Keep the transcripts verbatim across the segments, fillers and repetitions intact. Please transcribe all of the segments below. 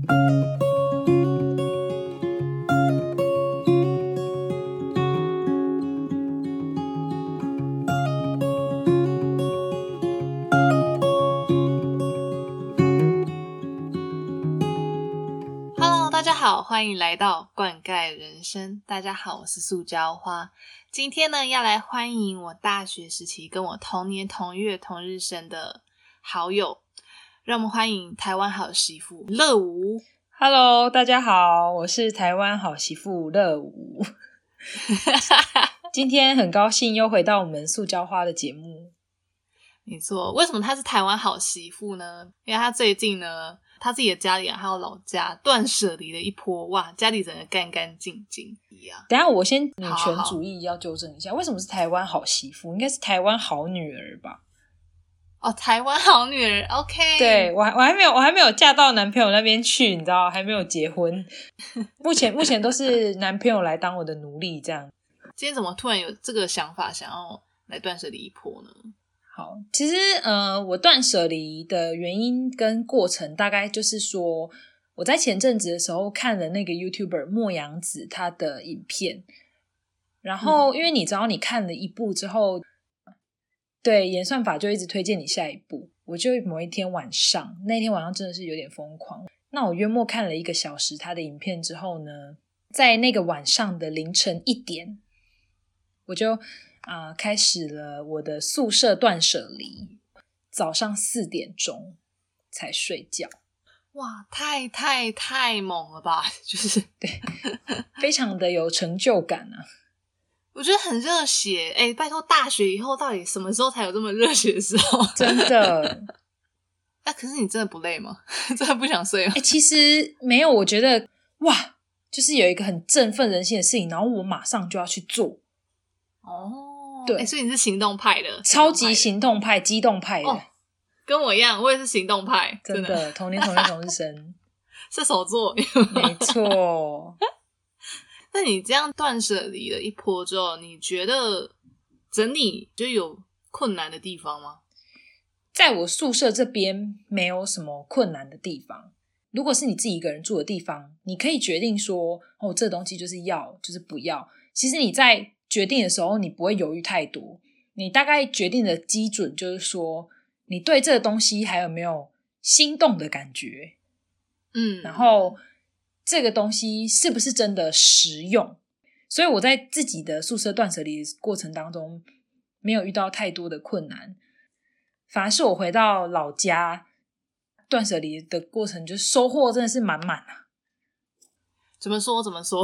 大家好，欢迎来到灌溉人生。大家好，我是塑胶花。今天呢，要来欢迎我大学时期跟我同年同月同日生的好友，让我们欢迎台湾好媳妇乐舞。 Hello， 大家好，我是台湾好媳妇乐舞。今天很高兴又回到我们塑胶花的节目。 没错，为什么她是台湾好媳妇呢？因为她最近呢，她自己的家里啊，还有老家断舍离了一波，哇，家里整个干干净净啊。 等一下我先女权主义要纠正一下，好好为什么是台湾好媳妇？应该是台湾好女儿吧？ 哦，台湾好女儿 ，OK。 对，我还我还没有我还没有嫁到男朋友那边去，你知道，还没有结婚。目前目前都是男朋友来当我的奴隶这样。 今天怎么突然有这个想法，想要来断舍离一波呢？ 好，其实呃，我断舍离的原因跟过程大概就是说，我在前阵子的时候看了那个 YouTuber 莫阳子他的影片，然后因为你知道你看了一部之后，对，演算法就一直推荐你下一部，我就某一天晚上，那天晚上真的是有点疯狂，那我约莫看了一个小时他的影片之后呢，在那个晚上的凌晨一点，我就啊、呃，开始了我的宿舍断舍离，早上四点钟才睡觉。 哇，太太太猛了吧！就是对，非常的有成就感啊。 我觉得很热血，哎，拜托，大学以后到底什么时候才有这么热血的时候？ 真的。 啊，可是你真的不累吗？真的不想睡吗？ 哎，其实没有，我觉得哇，就是有一个很振奋人心的事情，然后我马上就要去做。 哦， 对， 所以你是行动派的， 超级行动派、激动派的、哦， 跟我一样，我也是行动派， 真的， 真的同年同月同日生， 射手座， 没错。 那你这样断舍离了一波之后，你觉得整理就有困难的地方吗？ 在我宿舍这边没有什么困难的地方。如果是你自己一个人住的地方，你可以决定说，哦，这东西就是要，就是不要。其实你在决定的时候，你不会犹豫太多，你大概决定的基准就是说，你对这个东西还有没有心动的感觉， 嗯， 然后这个东西是不是真的实用。所以我在自己的宿舍断舍离的过程当中没有遇到太多的困难，反而是我回到老家断舍离的过程，就是收获真的是满满啊。 怎么说怎么说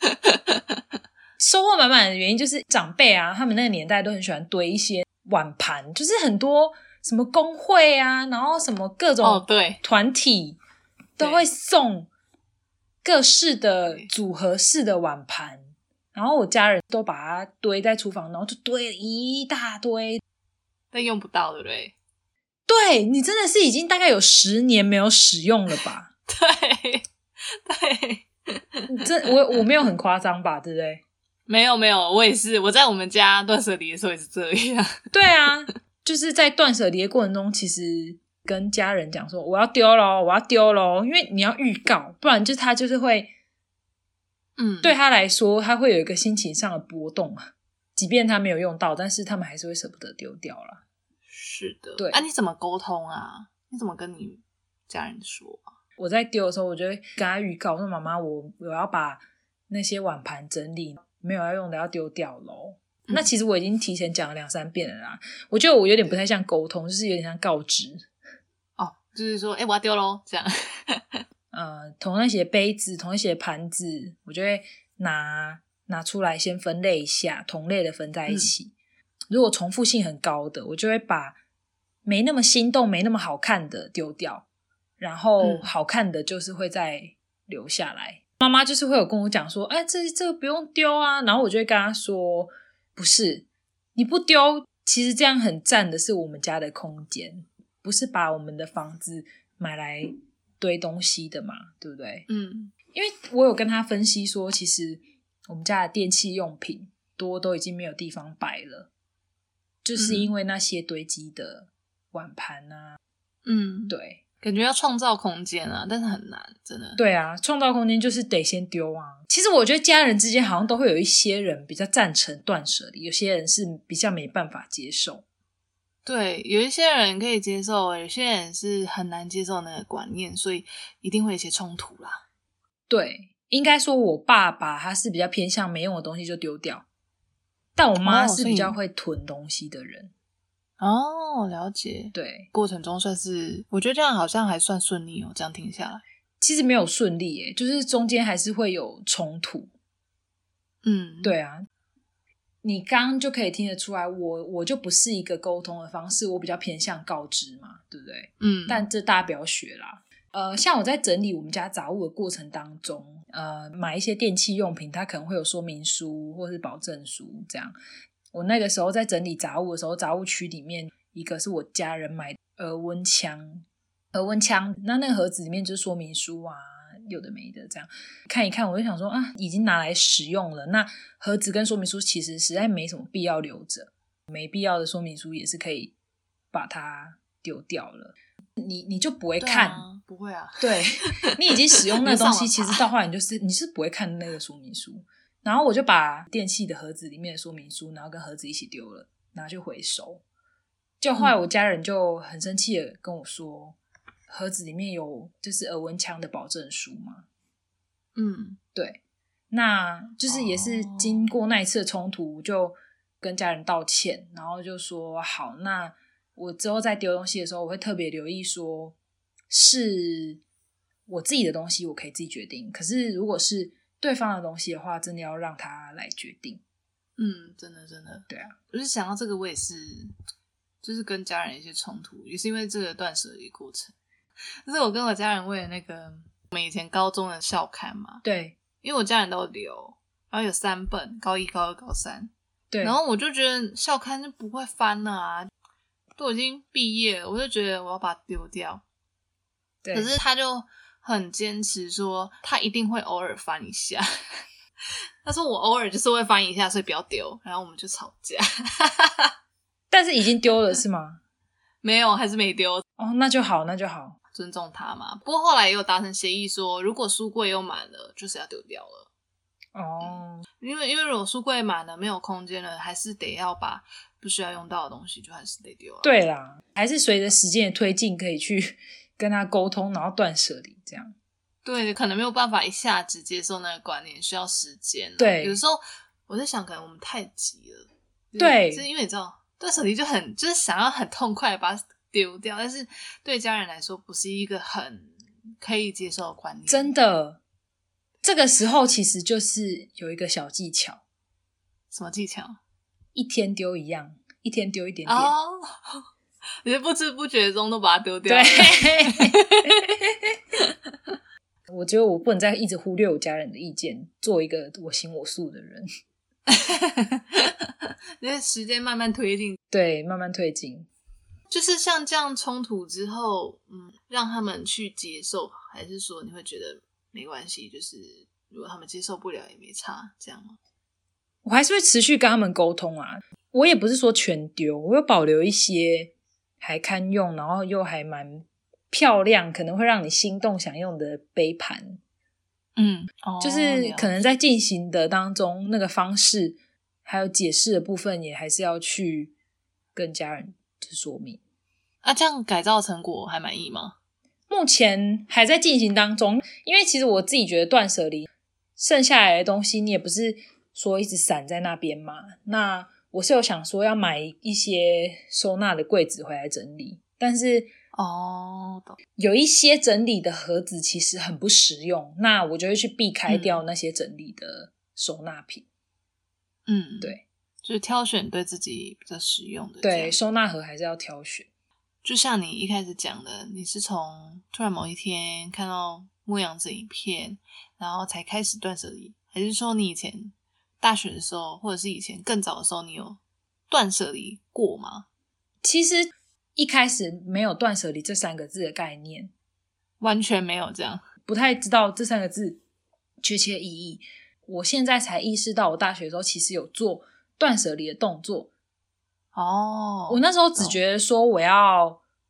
收获满满的原因就是长辈啊，他们那个年代都很喜欢堆一些碗盘，就是很多什么工会啊，然后什么各种团体都会送各式的组合式的碗盘，然后我家人都把它堆在厨房，然后就堆了一大堆， 但用不到，对不对？ 对，你真的是已经大概有十年没有使用了吧？ 对对， 这我我没有很夸张吧，对不对？ 没有没有，我也是，我在我们家断舍离的时候也是这样。 对啊，就是在断舍离的过程中，其实跟家人讲说我要丢咯，我要丢咯，因为你要预告，不然就他就是会，嗯，对他来说，他会有一个心情上的波动啊。即便他没有用到，但是他们还是会舍不得丢掉啦。 是的， 对啊，你怎么沟通啊？你怎么跟你家人说啊？ 我在丢的时候，我就会跟他预告说：“妈妈，我我要把那些碗盘整理，没有要用的要丢掉咯。嗯”那其实我已经提前讲了两三遍了啦。我觉得我有点不太像沟通，就是有点像告知。 哦，就是说，哎，我要丢咯，这样。 呃，同那些杯子、同那些盘子，我就会拿拿出来先分类一下，同类的分在一起。嗯、如果重复性很高的，我就会把没那么心动、没那么好看的丢掉。然后好看的就是会再留下来。妈妈就是会有跟我讲说，哎，这这个不用丢啊。然后我就会跟她说，不是，你不丢，其实这样很占的是我们家的空间，不是把我们的房子买来堆东西的嘛，对不对？嗯，因为我有跟她分析说，其实我们家的电器用品多都已经没有地方摆了，就是因为那些堆积的碗盘啊，嗯，对。 感觉要创造空间啊，但是很难，真的。 对啊，创造空间就是得先丢啊。其实我觉得家人之间好像都会有一些人比较赞成断舍离，有些人是比较没办法接受。 对，有一些人可以接受，有些人是很难接受那个观念，所以一定会有一些冲突啦。 对，应该说我爸爸他是比较偏向没用的东西就丢掉，但我妈是比较会囤东西的人。 哦，了解。 对， 过程中算是，我觉得这样好像还算顺利哦，这样听下来。 其实没有顺利耶，就是中间还是会有冲突。 嗯， 对啊，你刚刚就可以听得出来，我我就不是一个沟通的方式，我比较偏向告知嘛，对不对？ 嗯， 但这大家不要学啦。呃，像我在整理我们家杂物的过程当中，呃，买一些电器用品，它可能会有说明书或是保证书这样。我那个时候在整理杂物的时候，杂物区里面一个是我家人买额温枪，额温枪，那那个盒子里面就是说明书啊，有的没的这样看一看，我就想说啊，已经拿来使用了，那盒子跟说明书其实实在没什么必要留着，没必要的说明书也是可以把它丢掉了。你你就不会看， 啊、不会啊， 对，你已经使用那东西，其实到后来你就是你是不会看那个说明书。然后我就把电器的盒子里面的说明书，然后跟盒子一起丢了，拿去回收。就后来我家人就很生气的跟我说，嗯、盒子里面有就是额温枪的保证书嘛。 嗯， 对，那就是也是经过那一次的冲突，就跟家人道歉，然后就说好，那我之后在丢东西的时候，我会特别留意说，是我自己的东西，我可以自己决定。可是如果是对方的东西的话，真的要让他来决定。 嗯，真的真的， 对啊。 就是想到这个，我也是，就是跟家人一些冲突，也是因为这个断舍离过程。就是我跟我家人为了那个我们以前高中的校刊嘛， 对， 因为我家人都有留，然后有三本，高一、高二、高三。 对， 然后我就觉得校刊就不会翻了啊，都已经毕业了，我就觉得我要把它丢掉。 对， 可是他就很坚持说他一定会偶尔翻一下。他说我偶尔就是会翻一下，所以不要丢。然后我们就吵架。 但是已经丢了是吗？ 没有，还是没丢。 哦，那就好，那就好， 尊重他嘛。不过后来也有达成协议说，如果书柜又满了，就是要丢掉了。 哦、 嗯，因为因为如果书柜满了，没有空间了，还是得要把不需要用到的东西，就还是得丢了。 对啦，还是随着时间的推进，可以去跟他沟通，然后断舍离这样。 对，可能没有办法一下子接受那个观念，需要时间。 对， 有时候我在想，可能我们太急了。 对， 就是因为你知道，断舍离就很就是想要很痛快把它丢掉，但是对家人来说不是一个很可以接受的观念。 真的，这个时候其实就是有一个小技巧。 什么技巧？ 一天丢一样，一天丢一点点。 哦，你是不知不觉中都把它丢掉了。 对。我觉得我不能再一直忽略我家人的意见，做一个我行我素的人。 因为时间慢慢推进， 对，慢慢推进。 就是像这样冲突之后，嗯，让他们去接受，还是说你会觉得没关系？就是如果他们接受不了也没差，这样吗？ 我还是会持续跟他们沟通啊。我也不是说全丢，我有保留一些还堪用，然后又还蛮漂亮，可能会让你心动想用的杯盘。 嗯， 就是可能在进行的当中，那个方式还有解释的部分，也还是要去跟家人说明。 啊，这样改造成果还满意吗？ 目前还在进行当中，因为其实我自己觉得断舍离剩下来的东西，你也不是说一直散在那边嘛。那我是有想说要买一些收纳的柜子回来整理，但是哦， 有一些整理的盒子其实很不实用，那我就会去避开掉那些整理的收纳品。 嗯， 对， 就是挑选对自己比较实用的。 对，收纳盒还是要挑选。 就像你一开始讲的，你是从突然某一天看到牧羊子影片，然后才开始断舍离，还是说你以前大学的时候，或者是以前更早的时候，你有断舍离过吗？ 其实一开始没有断舍离这三个字的概念， 完全没有，这样不太知道这三个字确切意义。我现在才意识到，我大学的时候其实有做断舍离的动作。 哦， 我那时候只觉得说我要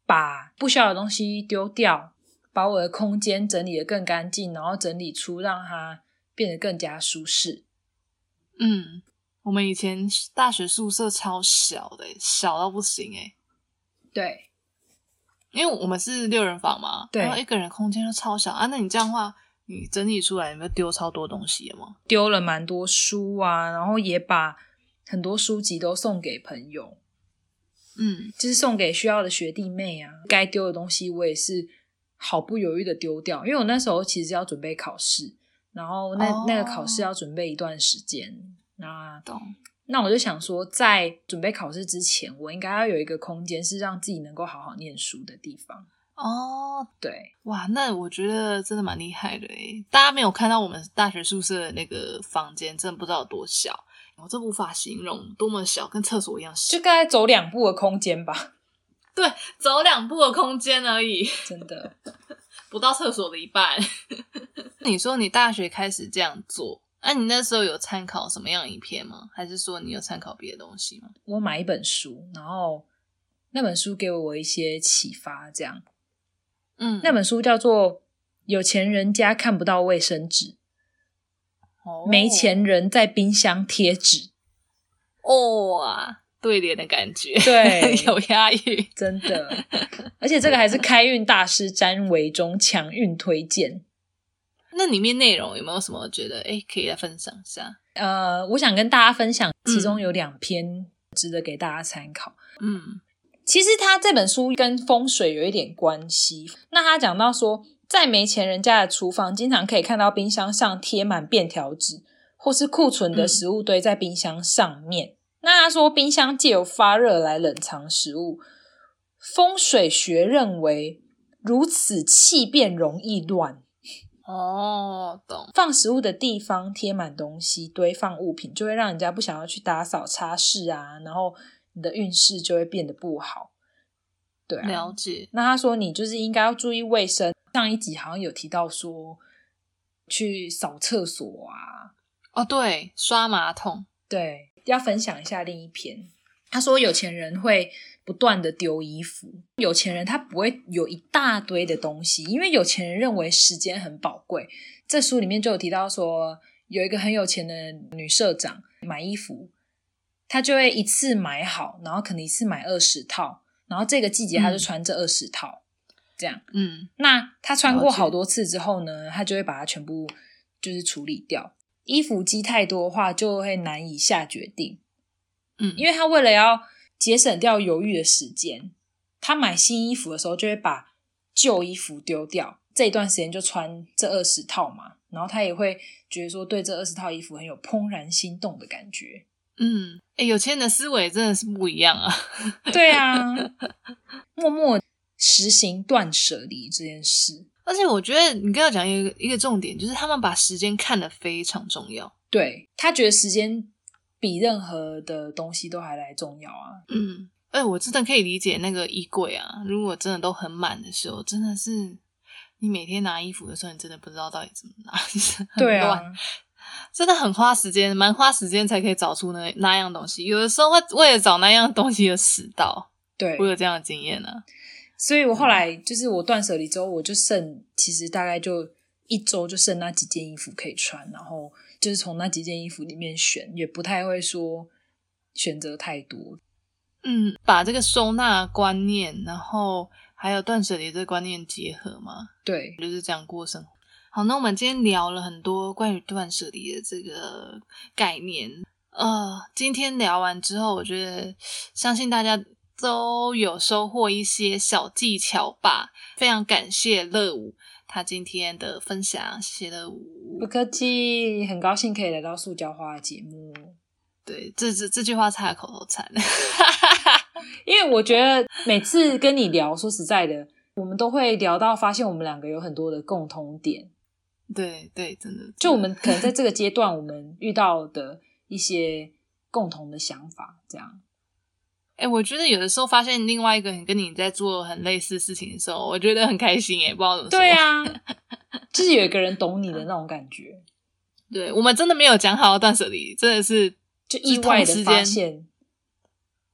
把不需要的东西丢掉，把我的空间整理得更干净，然后整理出让它变得更加舒适。 嗯，我们以前大学宿舍超小的，小到不行诶。 对， 因为我们是六人房嘛， 对， 然后一个人空间就超小啊。那你这样的话，你整理出来有没有丢超多东西了吗？ 丢了蛮多书啊，然后也把很多书籍都送给朋友， 嗯， 就是送给需要的学弟妹啊。该丢的东西我也是毫不犹豫的丢掉，因为我那时候其实要准备考试，然后那、哦、那个考试要准备一段时间，那懂。 那我就想说，在准备考试之前，我应该要有一个空间是让自己能够好好念书的地方。 哦， 对， 哇，那我觉得真的蛮厉害的诶。大家没有看到我们大学宿舍的那个房间，真的不知道有多小，我这无法形容多么小，跟厕所一样小， 就大概走两步的空间吧。 对，走两步的空间而已， 真的不到厕所的一半。你说你大学开始这样做，那、啊、你那时候有参考什么样的影片吗？还是说你有参考别的东西吗？ 我买一本书，然后那本书给我一些启发，这样。 嗯， 那本书叫做《有钱人家看不到卫生纸》， 哦， 没钱人在冰箱贴纸。 哦啊，对联的感觉， 对， 有押韵， 真的。而且这个还是开运大师詹维中强运推荐。 那里面内容有没有什么觉得诶可以来分享一下？ 呃，我想跟大家分享，其中有两篇值得给大家参考。 嗯， 其实他这本书跟风水有一点关系。那他讲到说，在没钱人家的厨房，经常可以看到冰箱上贴满便条纸，或是库存的食物堆在冰箱上面。嗯、那他说，冰箱借由发热来冷藏食物。风水学认为，如此气便容易乱。 哦，懂。 放食物的地方贴满东西，堆放物品，就会让人家不想要去打扫擦拭啊，然后你的运势就会变得不好。对啊， 了解。 那他说你就是应该要注意卫生。上一集好像有提到说去扫厕所啊。 哦，对，刷马桶。 对，要分享一下另一篇。他说有钱人会不断的丢衣服，有钱人他不会有一大堆的东西，因为有钱人认为时间很宝贵。这书里面就有提到说，有一个很有钱的女社长买衣服，她就会一次买好，然后可能一次买二十套，然后这个季节她就穿这二十套、嗯、这样。 嗯， 那她穿过好多次之后呢，她就会把它全部就是处理掉。衣服积太多的话就会难以下决定。 嗯， 因为他为了要节省掉犹豫的时间，他买新衣服的时候就会把旧衣服丢掉，这一段时间就穿这二十套嘛，然后他也会觉得说对这二十套衣服很有怦然心动的感觉。 嗯，诶，有钱人的思维真的是不一样啊。 对啊，默默实行断舍离这件事。 而且我觉得你刚刚讲一个一个重点，就是他们把时间看得非常重要。 对，他觉得时间比任何的东西都还来重要啊。 嗯，哎，我真的可以理解那个衣柜啊，如果真的都很满的时候，真的是你每天拿衣服的时候，你真的不知道到底怎么拿，就是很乱，对啊，真的很花时间，蛮花时间才可以找出那那样东西。有的时候会为了找那样东西而迟到， 对， 我有这样的经验啊。 所以我后来就是我断舍离之后，我就剩其实大概就一周就剩那几件衣服可以穿，然后就是从那几件衣服里面选，也不太会说选择太多。 嗯，把这个收纳观念，然后还有断舍离这个观念结合嘛， 对， 就是这样过生活。好，那我们今天聊了很多关于断舍离的这个概念，呃，今天聊完之后，我觉得相信大家都有收获一些小技巧吧。非常感谢乐舞他今天的分享，谢谢乐舞。 不客气，很高兴可以来到塑胶花的节目。 对，这这这句话差口头禅。 因为我觉得每次跟你聊，说实在的，我们都会聊到发现我们两个有很多的共同点。 对对，真的， 就我们可能在这个阶段我们遇到的一些共同的想法这样。 欸，我觉得有的时候发现另外一个人跟你在做很类似事情的时候，我觉得很开心耶，不知道怎么说。 对啊，就是有一个人懂你的那种感觉。 对，我们真的没有讲好断舍离，真的是就意外的发现。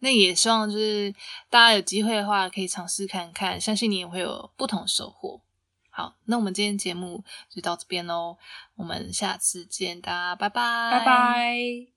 那也希望就是大家有机会的话可以尝试看看，相信你也会有不同收获。好，那我们今天节目就到这边咯，我们下次见，大家拜拜， 拜拜。